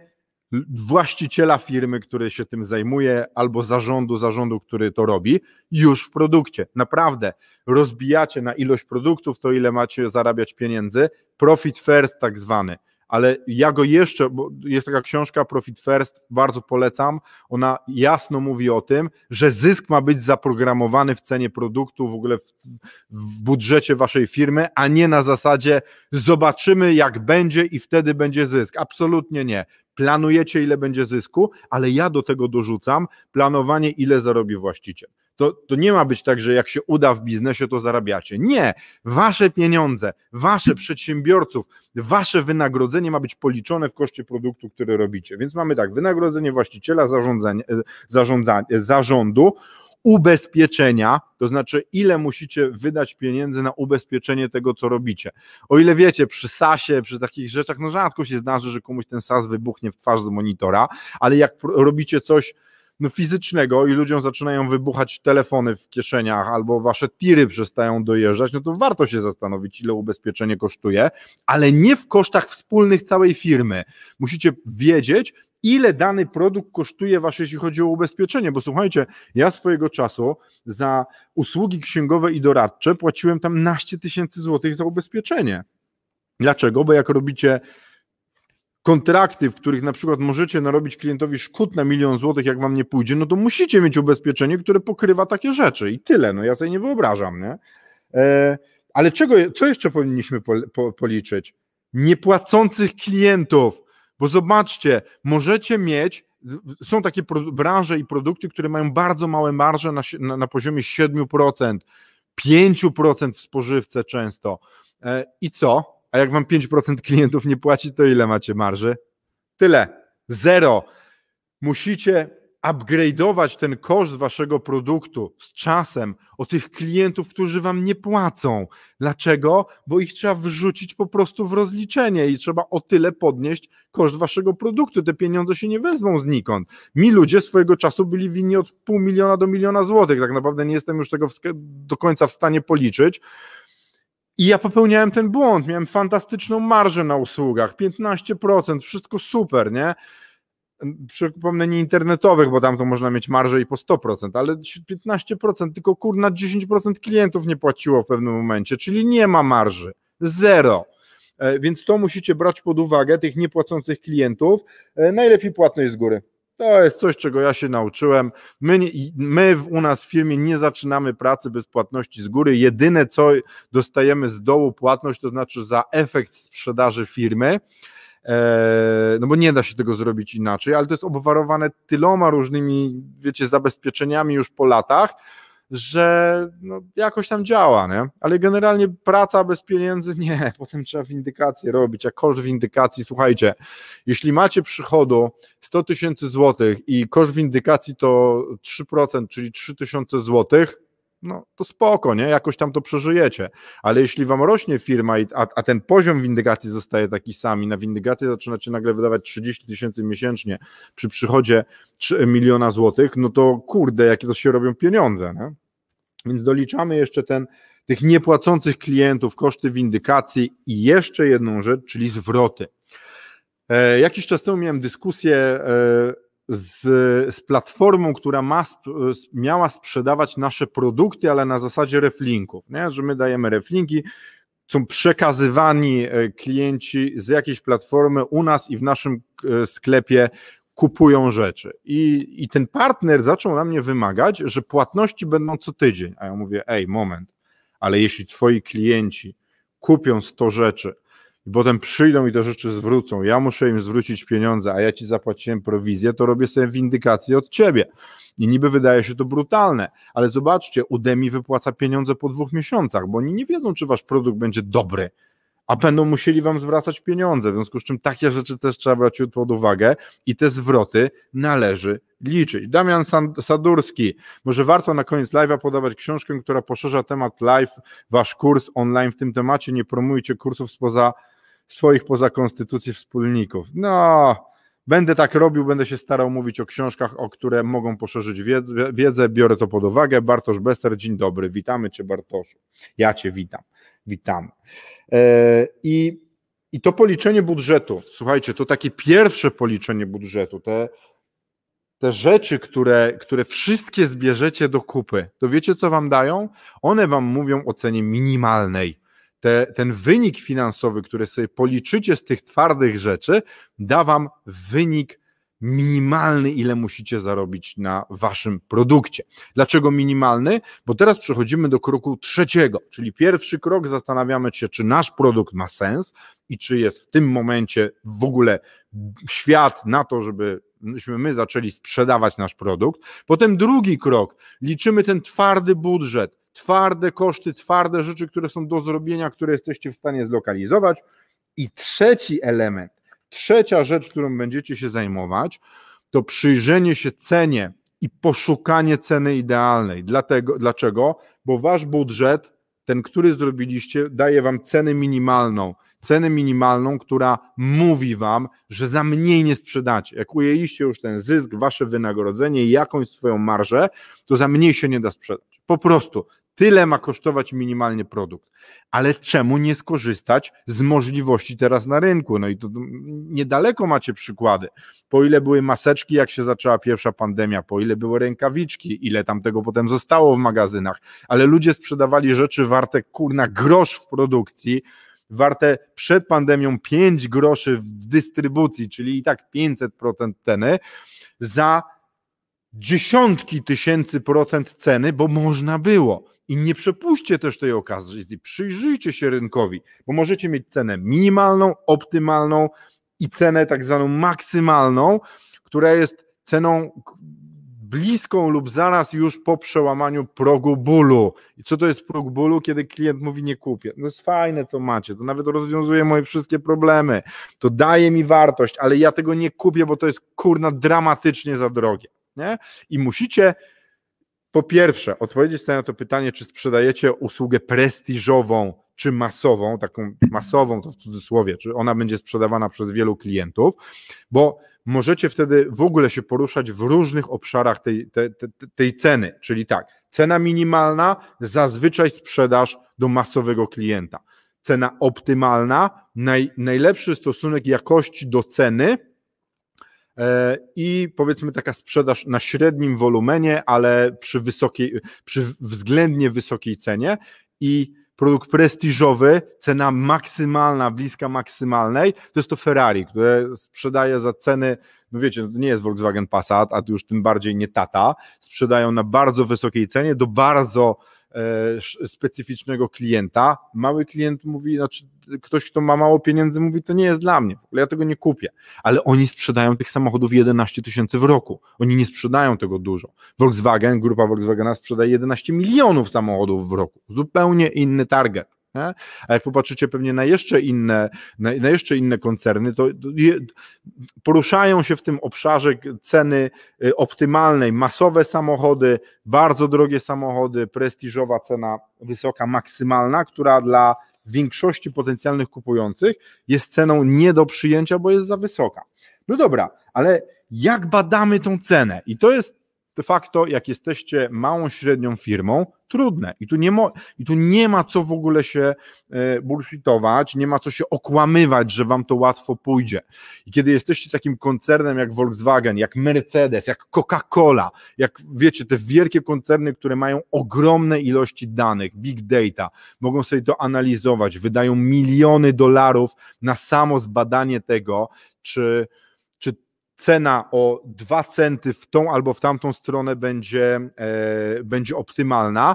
właściciela firmy, który się tym zajmuje, albo zarządu, zarządu, który to robi, już w produkcie. Naprawdę, rozbijacie na ilość produktów, to ile macie zarabiać pieniędzy, profit first tak zwany. Ale ja go jeszcze, bo jest taka książka Profit First, bardzo polecam, ona jasno mówi o tym, że zysk ma być zaprogramowany w cenie produktu, w ogóle w, w budżecie waszej firmy, a nie na zasadzie zobaczymy jak będzie i wtedy będzie zysk. Absolutnie nie. Planujecie ile będzie zysku, ale ja do tego dorzucam planowanie ile zarobi właściciel. To, to nie ma być tak, że jak się uda w biznesie, to zarabiacie. Nie, wasze pieniądze, wasze przedsiębiorców, wasze wynagrodzenie ma być policzone w koszcie produktu, który robicie. Więc mamy tak, wynagrodzenie właściciela, zarządzanie, zarządzanie, zarządu, ubezpieczenia, to znaczy ile musicie wydać pieniędzy na ubezpieczenie tego, co robicie. O ile wiecie, przy sasie, przy takich rzeczach, no rzadko się zdarzy, że komuś ten sas wybuchnie w twarz z monitora, ale jak robicie coś no fizycznego i ludziom zaczynają wybuchać telefony w kieszeniach albo wasze tiry przestają dojeżdżać, no to warto się zastanowić, ile ubezpieczenie kosztuje, ale nie w kosztach wspólnych całej firmy. Musicie wiedzieć, ile dany produkt kosztuje was, jeśli chodzi o ubezpieczenie, bo słuchajcie, ja swojego czasu za usługi księgowe i doradcze płaciłem tam naście tysięcy złotych za ubezpieczenie. Dlaczego? Bo jak robicie kontrakty, w których na przykład możecie narobić klientowi szkód na milion złotych, jak wam nie pójdzie, no to musicie mieć ubezpieczenie, które pokrywa takie rzeczy i tyle, no ja sobie nie wyobrażam, nie? E, ale czego, co jeszcze powinniśmy po, po, policzyć? Niepłacących klientów, bo zobaczcie, możecie mieć, są takie pro, branże i produkty, które mają bardzo małe marże na, na, na poziomie siedem procent, pięć procent w spożywce często e, i co? A jak wam pięć procent klientów nie płaci, to ile macie marży? Tyle. Zero. Musicie upgrade'ować ten koszt waszego produktu z czasem o tych klientów, którzy wam nie płacą. Dlaczego? Bo ich trzeba wrzucić po prostu w rozliczenie i trzeba o tyle podnieść koszt waszego produktu. Te pieniądze się nie wezmą znikąd. Mi ludzie swojego czasu byli winni od pół miliona do miliona złotych. Tak naprawdę nie jestem już tego do końca w stanie policzyć. I ja popełniałem ten błąd, miałem fantastyczną marżę na usługach, piętnaście procent, wszystko super, nie? Przypomnę, nie internetowych, bo tam to można mieć marżę i po sto procent, ale piętnaście procent, tylko kurna dziesięć procent klientów nie płaciło w pewnym momencie, czyli nie ma marży, zero. Więc to musicie brać pod uwagę, tych niepłacących klientów, najlepiej płatność z góry. To jest coś, czego ja się nauczyłem. My, my u nas w firmie nie zaczynamy pracy bez płatności z góry. Jedyne, co dostajemy z dołu płatność, to znaczy za efekt sprzedaży firmy, no bo nie da się tego zrobić inaczej, ale to jest obwarowane tyloma różnymi, wiecie, zabezpieczeniami już po latach, że no, jakoś tam działa, nie? Ale generalnie praca bez pieniędzy nie, potem trzeba windykację robić, a koszt windykacji, słuchajcie, jeśli macie przychodu sto tysięcy złotych i koszt windykacji to trzy procent, czyli trzy tysiące złotych, no to spoko, nie? Jakoś tam to przeżyjecie, ale jeśli wam rośnie firma, a, a ten poziom windykacji zostaje taki sam i na windykację zaczynacie nagle wydawać trzydzieści tysięcy miesięcznie przy przychodzie trzy miliona złotych, no to kurde, jakie to się robią pieniądze, nie? Więc doliczamy jeszcze ten, tych niepłacących klientów, koszty windykacji i jeszcze jedną rzecz, czyli zwroty. E, jakiś czas temu miałem dyskusję e, z, z platformą, która ma, miała sprzedawać nasze produkty, ale na zasadzie reflinków, nie? Że my dajemy reflinki, są przekazywani klienci z jakiejś platformy u nas i w naszym sklepie kupują rzeczy. I, i ten partner zaczął na mnie wymagać, że płatności będą co tydzień. A ja mówię, ej, moment, ale jeśli twoi klienci kupią sto rzeczy i potem przyjdą i te rzeczy zwrócą, ja muszę im zwrócić pieniądze, a ja ci zapłaciłem prowizję, to robię sobie windykację od ciebie. I niby wydaje się to brutalne, ale zobaczcie, Udemy wypłaca pieniądze po dwóch miesiącach, bo oni nie wiedzą, czy wasz produkt będzie dobry, a będą musieli wam zwracać pieniądze, w związku z czym takie rzeczy też trzeba brać pod uwagę i te zwroty należy liczyć. Damian Sadurski, może warto na koniec live'a podawać książkę, która poszerza temat live, wasz kurs online w tym temacie, nie promujcie kursów spoza swoich poza konstytucji wspólników. No, będę tak robił, będę się starał mówić o książkach, o które mogą poszerzyć wiedzę, wiedzę, biorę to pod uwagę. Bartosz Bester, dzień dobry, witamy cię Bartoszu, ja cię witam, witamy. I I to policzenie budżetu, słuchajcie, to takie pierwsze policzenie budżetu, te, te rzeczy, które, które wszystkie zbierzecie do kupy, to wiecie, co wam dają? One wam mówią o cenie minimalnej. Te, ten wynik finansowy, który sobie policzycie z tych twardych rzeczy, da wam wynik minimalny, ile musicie zarobić na waszym produkcie. Dlaczego minimalny? Bo teraz przechodzimy do kroku trzeciego, czyli pierwszy krok, zastanawiamy się, czy nasz produkt ma sens i czy jest w tym momencie w ogóle świat na to, żeby myśmy my zaczęli sprzedawać nasz produkt. Potem drugi krok, liczymy ten twardy budżet, twarde koszty, twarde rzeczy, które są do zrobienia, które jesteście w stanie zlokalizować. I trzeci element, trzecia rzecz, którą będziecie się zajmować, to przyjrzenie się cenie i poszukanie ceny idealnej. Dlatego, dlaczego? Bo wasz budżet, ten, który zrobiliście, daje wam cenę minimalną. Cenę minimalną, która mówi wam, że za mniej nie sprzedacie. Jak ujęliście już ten zysk, wasze wynagrodzenie i jakąś swoją marżę, to za mniej się nie da sprzedać. Po prostu tyle ma kosztować minimalnie produkt. Ale czemu nie skorzystać z możliwości teraz na rynku? No i to niedaleko macie przykłady. Po ile były maseczki, jak się zaczęła pierwsza pandemia, po ile były rękawiczki, ile tam tego potem zostało w magazynach, ale ludzie sprzedawali rzeczy warte kurna grosz w produkcji, warte przed pandemią pięć groszy w dystrybucji, czyli i tak pięćset procent ceny, za dziesiątki tysięcy procent ceny, bo można było. I nie przepuśćcie też tej okazji, przyjrzyjcie się rynkowi, bo możecie mieć cenę minimalną, optymalną i cenę tak zwaną maksymalną, która jest ceną bliską lub zaraz już po przełamaniu progu bólu. I co to jest próg bólu, kiedy klient mówi nie kupię? No jest fajne, co macie, to nawet rozwiązuje moje wszystkie problemy, to daje mi wartość, ale ja tego nie kupię, bo to jest kurna dramatycznie za drogie. Nie? I musicie po pierwsze odpowiedzieć sobie na to pytanie, czy sprzedajecie usługę prestiżową, czy masową, taką masową to w cudzysłowie, czy ona będzie sprzedawana przez wielu klientów, bo możecie wtedy w ogóle się poruszać w różnych obszarach tej, tej, tej, tej ceny, czyli tak, cena minimalna, zazwyczaj sprzedaż do masowego klienta. Cena optymalna, naj, najlepszy stosunek jakości do ceny, i powiedzmy taka sprzedaż na średnim wolumenie, ale przy wysokiej, przy względnie wysokiej cenie i produkt prestiżowy, cena maksymalna, bliska maksymalnej, to jest to Ferrari, które sprzedaje za ceny, no wiecie, to nie jest Volkswagen Passat, a tu już tym bardziej nie Tata, sprzedają na bardzo wysokiej cenie do bardzo e, specyficznego klienta. Mały klient mówi, znaczy ktoś, kto ma mało pieniędzy, mówi, to nie jest dla mnie, w ogóle ja tego nie kupię, ale oni sprzedają tych samochodów jedenaście tysięcy w roku, oni nie sprzedają tego dużo. Volkswagen, grupa Volkswagena sprzedaje jedenaście milionów samochodów w roku, zupełnie inny target. Nie? A jak popatrzycie pewnie na jeszcze inne, na, na jeszcze inne koncerny, to, to je, poruszają się w tym obszarze ceny optymalnej, masowe samochody, bardzo drogie samochody, prestiżowa cena wysoka, maksymalna, która dla większości potencjalnych kupujących jest ceną nie do przyjęcia, bo jest za wysoka. No dobra, ale jak badamy tą cenę? I to jest de facto, jak jesteście małą, średnią firmą, trudne. I tu nie, mo- i tu nie ma co w ogóle się e, bullshitować, nie ma co się okłamywać, że wam to łatwo pójdzie. I kiedy jesteście takim koncernem jak Volkswagen, jak Mercedes, jak Coca-Cola, jak wiecie, te wielkie koncerny, które mają ogromne ilości danych, big data, mogą sobie to analizować, wydają miliony dolarów na samo zbadanie tego, czy cena o dwa centy w tą albo w tamtą stronę będzie, e, będzie optymalna,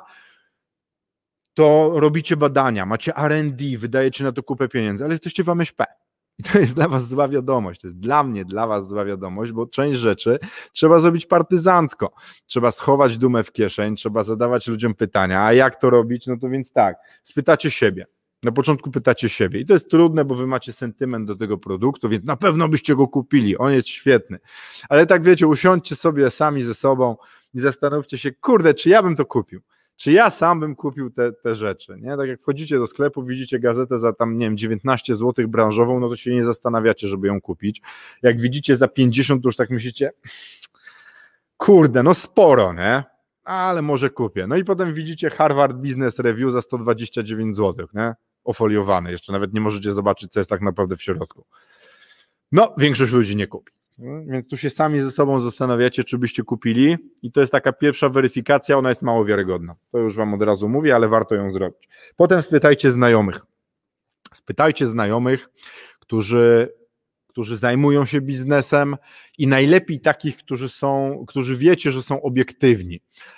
to robicie badania, macie R and D, wydajecie na to kupę pieniędzy, ale jesteście w M S P. I to jest dla was zła wiadomość, to jest dla mnie, dla was zła wiadomość, bo część rzeczy trzeba zrobić partyzancko, trzeba schować dumę w kieszeń, trzeba zadawać ludziom pytania, a jak to robić? No to więc tak, spytacie siebie. Na początku pytacie siebie i to jest trudne, bo wy macie sentyment do tego produktu, więc na pewno byście go kupili, on jest świetny. Ale tak wiecie, usiądźcie sobie sami ze sobą i zastanówcie się, kurde, czy ja bym to kupił? Czy ja sam bym kupił te, te rzeczy? Nie? Tak jak wchodzicie do sklepu, widzicie gazetę za tam, nie wiem, dziewiętnaście złotych branżową, no to się nie zastanawiacie, żeby ją kupić. Jak widzicie za pięćdziesiąt, to już tak myślicie, kurde, no sporo, nie? Ale może kupię. No i potem widzicie Harvard Business Review za sto dwadzieścia dziewięć złotych, nie? ofoliowany, jeszcze nawet nie możecie zobaczyć, co jest tak naprawdę w środku. No, większość ludzi nie kupi. Więc tu się sami ze sobą zastanawiacie, czy byście kupili i to jest taka pierwsza weryfikacja, ona jest mało wiarygodna. To już wam od razu mówię, ale warto ją zrobić. Potem spytajcie znajomych. Spytajcie znajomych, którzy, którzy zajmują się biznesem i najlepiej takich, którzy są, którzy wiecie, że są obiektywni.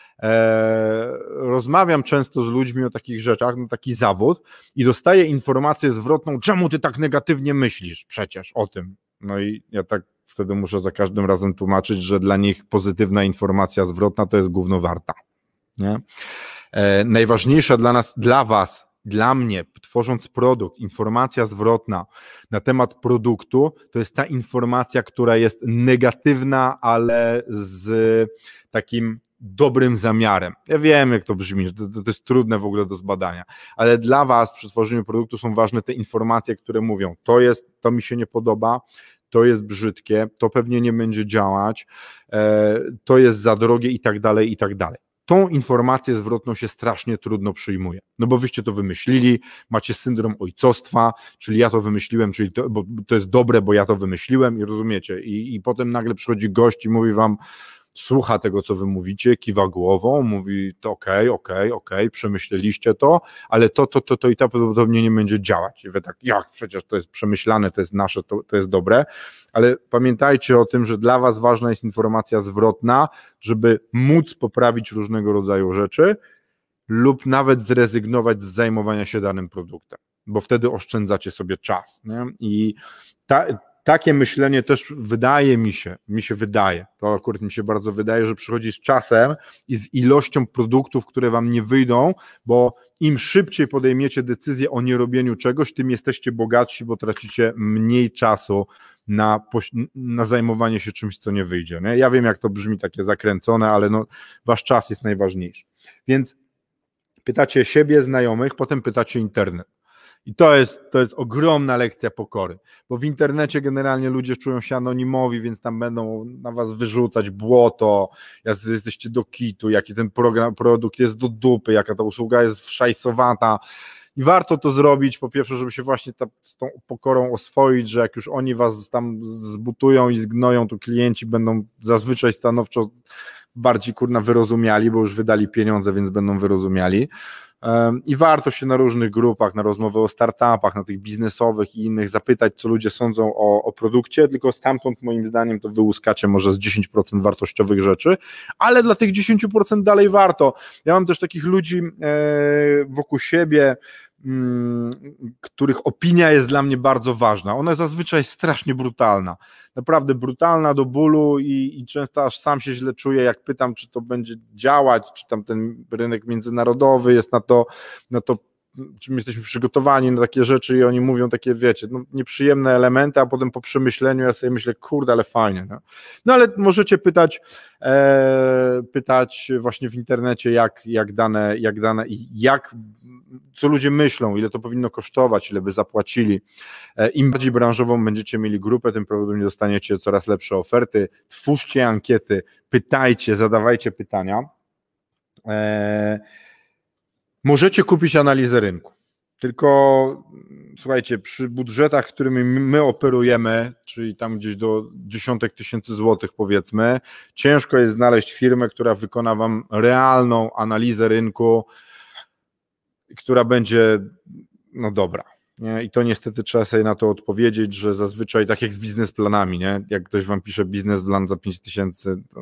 Eee, rozmawiam często z ludźmi o takich rzeczach, no taki zawód i dostaję informację zwrotną, czemu ty tak negatywnie myślisz przecież o tym. No i ja tak wtedy muszę za każdym razem tłumaczyć, że dla nich pozytywna informacja zwrotna to jest gówno warta. Nie? Eee, najważniejsza dla nas, dla was, dla mnie, tworząc produkt, informacja zwrotna na temat produktu, to jest ta informacja, która jest negatywna, ale z takim dobrym zamiarem. Ja wiem, jak to brzmi, to, to jest trudne w ogóle do zbadania, ale dla was przy tworzeniu produktu są ważne te informacje, które mówią, to jest, to mi się nie podoba, to jest brzydkie, to pewnie nie będzie działać, e, to jest za drogie i tak dalej, i tak dalej. Tą informację zwrotną się strasznie trudno przyjmuje, no bo wyście to wymyślili, macie syndrom ojcostwa, czyli ja to wymyśliłem, czyli to, bo to jest dobre, bo ja to wymyśliłem i rozumiecie, i, i potem nagle przychodzi gość i mówi wam, słucha tego, co wy mówicie, kiwa głową, mówi to okej, okej, okej, przemyśleliście to, ale to, to, to, to i to prawdopodobnie nie będzie działać. I wy tak, jak, przecież to jest przemyślane, to jest nasze, to, to jest dobre, ale pamiętajcie o tym, że dla was ważna jest informacja zwrotna, żeby móc poprawić różnego rodzaju rzeczy lub nawet zrezygnować z zajmowania się danym produktem, bo wtedy oszczędzacie sobie czas. Nie? I ta Takie myślenie też wydaje mi się, mi się wydaje, to akurat mi się bardzo wydaje, że przychodzi z czasem i z ilością produktów, które wam nie wyjdą, bo im szybciej podejmiecie decyzję o nierobieniu czegoś, tym jesteście bogatsi, bo tracicie mniej czasu na, na zajmowanie się czymś, co nie wyjdzie. Nie? Ja wiem, jak to brzmi takie zakręcone, ale no, wasz czas jest najważniejszy. Więc pytacie siebie, znajomych, potem pytacie internet. I to jest, to jest ogromna lekcja pokory, bo w internecie generalnie ludzie czują się anonimowi, więc tam będą na was wyrzucać błoto, jak jesteście do kitu, jaki ten program, produkt jest do dupy, jaka ta usługa jest wszajsowata. I warto to zrobić, po pierwsze, żeby się właśnie ta, z tą pokorą oswoić, że jak już oni was tam zbutują i zgnoją, to klienci będą zazwyczaj stanowczo bardziej kurna wyrozumiali, bo już wydali pieniądze, więc będą wyrozumiali. I warto się na różnych grupach, na rozmowy o startupach, na tych biznesowych i innych zapytać, co ludzie sądzą o, o produkcie, tylko stamtąd moim zdaniem to wyłuskacie może z dziesięć procent wartościowych rzeczy, ale dla tych dziesięć procent dalej warto. Ja mam też takich ludzi wokół siebie, których opinia jest dla mnie bardzo ważna. Ona zazwyczaj jest strasznie brutalna, naprawdę brutalna do bólu i, i często aż sam się źle czuję, jak pytam, czy to będzie działać, czy tam ten rynek międzynarodowy jest na to, na to, czy my jesteśmy przygotowani na takie rzeczy i oni mówią takie, wiecie, no, nieprzyjemne elementy, a potem po przemyśleniu ja sobie myślę, kurde, ale fajnie. No, no ale możecie pytać, e, pytać właśnie w internecie, jak, jak dane, jak dane, jak co ludzie myślą, ile to powinno kosztować, ile by zapłacili. Im bardziej branżową będziecie mieli grupę, tym prawdopodobnie dostaniecie coraz lepsze oferty. Twórzcie ankiety, pytajcie, zadawajcie pytania. Eee, możecie kupić analizę rynku, tylko słuchajcie, przy budżetach, którymi my operujemy, czyli tam gdzieś do dziesiątek tysięcy złotych powiedzmy, ciężko jest znaleźć firmę, która wykona wam realną analizę rynku, która będzie no dobra. Nie? I to niestety trzeba sobie na to odpowiedzieć, że zazwyczaj tak jak z biznesplanami, nie? Jak ktoś wam pisze biznesplan za pięć tysięcy, to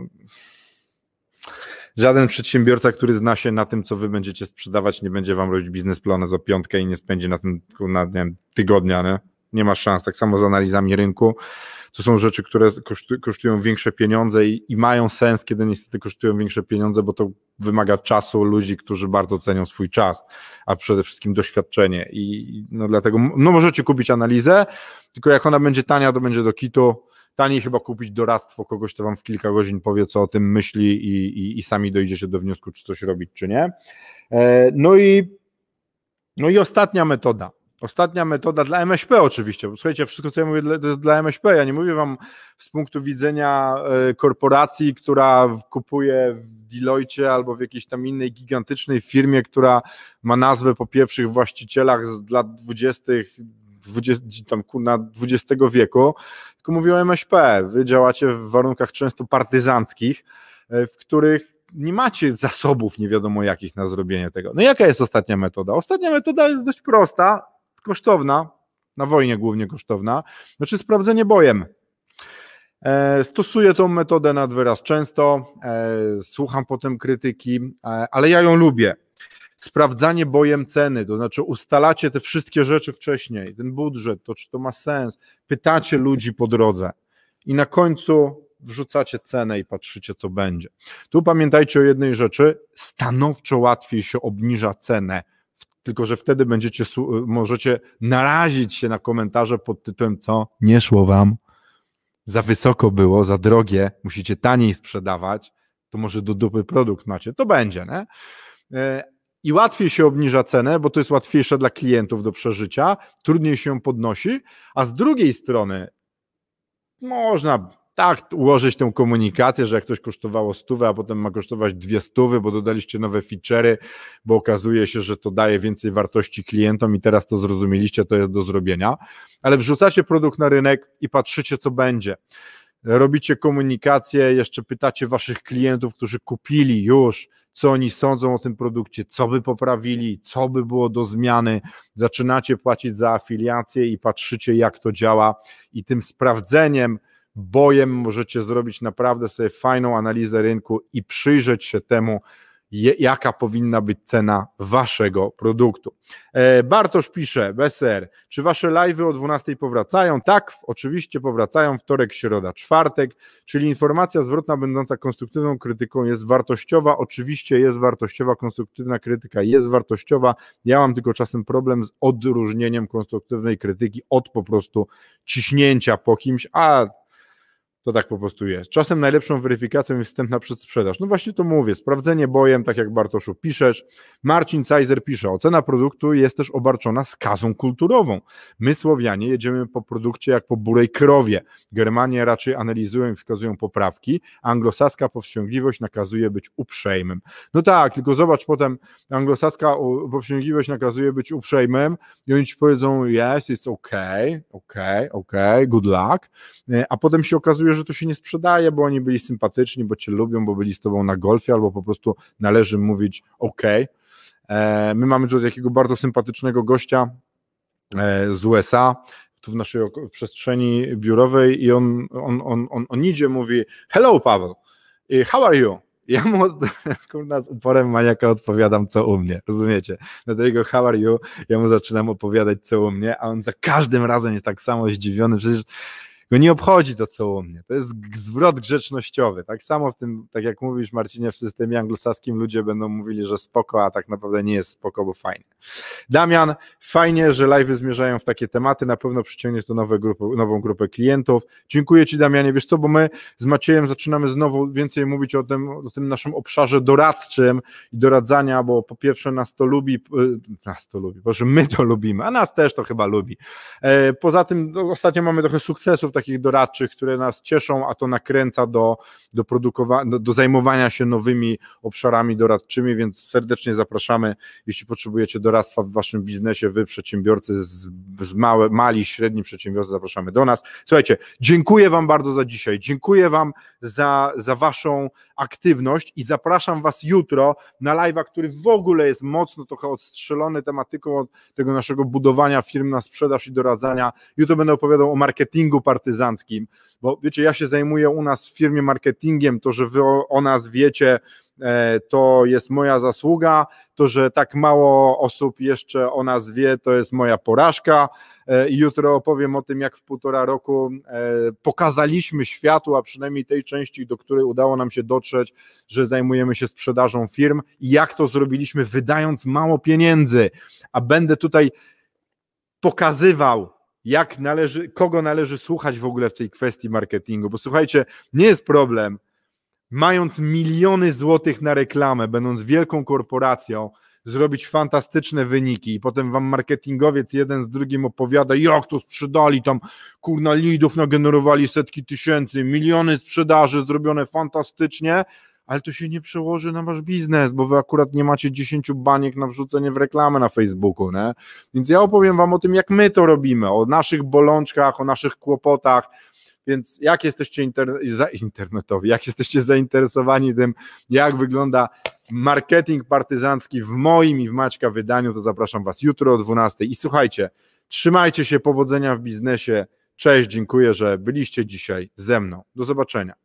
żaden przedsiębiorca, który zna się na tym, co wy będziecie sprzedawać, nie będzie wam robić biznesplana za piątkę i nie spędzi na tym na, nie wiem, tygodnia, nie? Nie ma szans. Tak samo z analizami rynku. To są rzeczy, które kosztują większe pieniądze i, i mają sens, kiedy niestety kosztują większe pieniądze, bo to wymaga czasu ludzi, którzy bardzo cenią swój czas, a przede wszystkim doświadczenie. I no dlatego no możecie kupić analizę, tylko jak ona będzie tania, to będzie do kitu. Taniej chyba kupić doradztwo kogoś, kto wam w kilka godzin powie, co o tym myśli i, i, i sami dojdziecie do wniosku, czy coś robić, czy nie. No i, no i ostatnia metoda. Ostatnia metoda dla M S P oczywiście, bo słuchajcie, wszystko co ja mówię to jest dla M S P, ja nie mówię wam z punktu widzenia korporacji, która kupuje w Deloitte albo w jakiejś tam innej gigantycznej firmie, która ma nazwę po pierwszych właścicielach z lat dwudziestych tam na dwudziestego wieku, tylko mówię o M S P. Wy działacie w warunkach często partyzanckich, w których nie macie zasobów nie wiadomo jakich na zrobienie tego. No jaka jest ostatnia metoda? Ostatnia metoda jest dość prosta, kosztowna, na wojnie głównie kosztowna, znaczy sprawdzenie bojem. E, stosuję tą metodę nad wyraz często, e, słucham potem krytyki, e, ale ja ją lubię. Sprawdzanie bojem ceny, to znaczy ustalacie te wszystkie rzeczy wcześniej, ten budżet, to czy to ma sens, pytacie ludzi po drodze i na końcu wrzucacie cenę i patrzycie co będzie. Tu pamiętajcie o jednej rzeczy, stanowczo łatwiej się obniża cenę, tylko że wtedy będziecie, możecie narazić się na komentarze pod tytułem co? Nie szło wam, za wysoko było, za drogie, musicie taniej sprzedawać, to może do dupy produkt macie, to będzie, nie? I łatwiej się obniża cenę, bo to jest łatwiejsze dla klientów do przeżycia, trudniej się ją podnosi, a z drugiej strony można tak ułożyć tę komunikację, że jak coś kosztowało stówę, a potem ma kosztować dwie stówy, bo dodaliście nowe feature'y, bo okazuje się, że to daje więcej wartości klientom i teraz to zrozumieliście, to jest do zrobienia, ale wrzucacie produkt na rynek i patrzycie co będzie. Robicie komunikację, jeszcze pytacie waszych klientów, którzy kupili już, co oni sądzą o tym produkcie, co by poprawili, co by było do zmiany, zaczynacie płacić za afiliację i patrzycie jak to działa i tym sprawdzeniem, bojem możecie zrobić naprawdę sobie fajną analizę rynku i przyjrzeć się temu, jaka powinna być cena waszego produktu. Bartosz pisze, B S R, czy wasze live'y o dwunastej powracają? Tak, oczywiście powracają, wtorek, środa, czwartek, czyli informacja zwrotna będąca konstruktywną krytyką jest wartościowa, oczywiście jest wartościowa, konstruktywna krytyka jest wartościowa, ja mam tylko czasem problem z odróżnieniem konstruktywnej krytyki od po prostu ciśnięcia po kimś, a to tak po prostu jest. Czasem najlepszą weryfikacją jest wstępna przedsprzedaż. No właśnie to mówię, sprawdzenie bojem, tak jak Bartoszu piszesz. Marcin Cajzer pisze, ocena produktu jest też obarczona skazą kulturową. My Słowianie jedziemy po produkcie jak po burej krowie. Germanie raczej analizują i wskazują poprawki, anglosaska powściągliwość nakazuje być uprzejmym. No tak, tylko zobacz potem, anglosaska powściągliwość nakazuje być uprzejmym i oni ci powiedzą, yes, it's okay, okay, okay, good luck, a potem się okazuje, że to się nie sprzedaje, bo oni byli sympatyczni, bo cię lubią, bo byli z tobą na golfie, albo po prostu należy mówić ok. My mamy tutaj takiego bardzo sympatycznego gościa z U S A, tu w naszej przestrzeni biurowej i on, on, on, on, on idzie, mówi hello Paweł, how are you? Ja mu kurna, z uporem maniaka odpowiadam co u mnie, rozumiecie? Dlatego how are you? Ja mu zaczynam opowiadać co u mnie, a on za każdym razem jest tak samo zdziwiony, przecież go nie obchodzi to, co u mnie. To jest zwrot grzecznościowy. Tak samo w tym, tak jak mówisz Marcinie, w systemie anglosaskim ludzie będą mówili, że spoko, a tak naprawdę nie jest spoko, bo fajnie. Damian, fajnie, że live'y zmierzają w takie tematy, na pewno przyciągnie to nowe grupy, nową grupę klientów. Dziękuję ci Damianie, wiesz co, bo my z Maciejem zaczynamy znowu więcej mówić o tym, o tym naszym obszarze doradczym i doradzania, bo po pierwsze nas to lubi, nas to lubi, proszę, my to lubimy, a nas też to chyba lubi. Poza tym no, ostatnio mamy trochę sukcesów takich doradczych, które nas cieszą, a to nakręca do, do produkowania, do, do zajmowania się nowymi obszarami doradczymi, więc serdecznie zapraszamy, jeśli potrzebujecie doradztwa w waszym biznesie, wy przedsiębiorcy z, z małe, mali, średni przedsiębiorcy, zapraszamy do nas. Słuchajcie, dziękuję wam bardzo za dzisiaj, dziękuję wam za, za waszą aktywność i zapraszam was jutro na live'a, który w ogóle jest mocno trochę odstrzelony tematyką od tego naszego budowania firm na sprzedaż i doradzania. Jutro będę opowiadał o marketingu partyzanckim, bo wiecie, ja się zajmuję u nas w firmie marketingiem, to, że wy o, o nas wiecie, to jest moja zasługa, to, że tak mało osób jeszcze o nas wie, to jest moja porażka i jutro opowiem o tym, jak w półtora roku pokazaliśmy światu, a przynajmniej tej części, do której udało nam się dotrzeć, że zajmujemy się sprzedażą firm i jak to zrobiliśmy, wydając mało pieniędzy, a będę tutaj pokazywał, jak należy, kogo należy słuchać w ogóle w tej kwestii marketingu, bo słuchajcie, nie jest problem, mając miliony złotych na reklamę, będąc wielką korporacją, zrobić fantastyczne wyniki i potem wam marketingowiec jeden z drugim opowiada, jak to sprzedali, tam kurna leadów nagenerowali setki tysięcy, miliony sprzedaży zrobione fantastycznie, ale to się nie przełoży na wasz biznes, bo wy akurat nie macie dziesięciu baniek na wrzucenie w reklamę na Facebooku, nie? Więc ja opowiem wam o tym, jak my to robimy, o naszych bolączkach, o naszych kłopotach, więc jak jesteście inter- za- internetowi, jak jesteście zainteresowani tym, jak wygląda marketing partyzancki w moim i w Maćka wydaniu, to zapraszam was jutro o dwunastej i słuchajcie, trzymajcie się, powodzenia w biznesie, cześć, dziękuję, że byliście dzisiaj ze mną, do zobaczenia.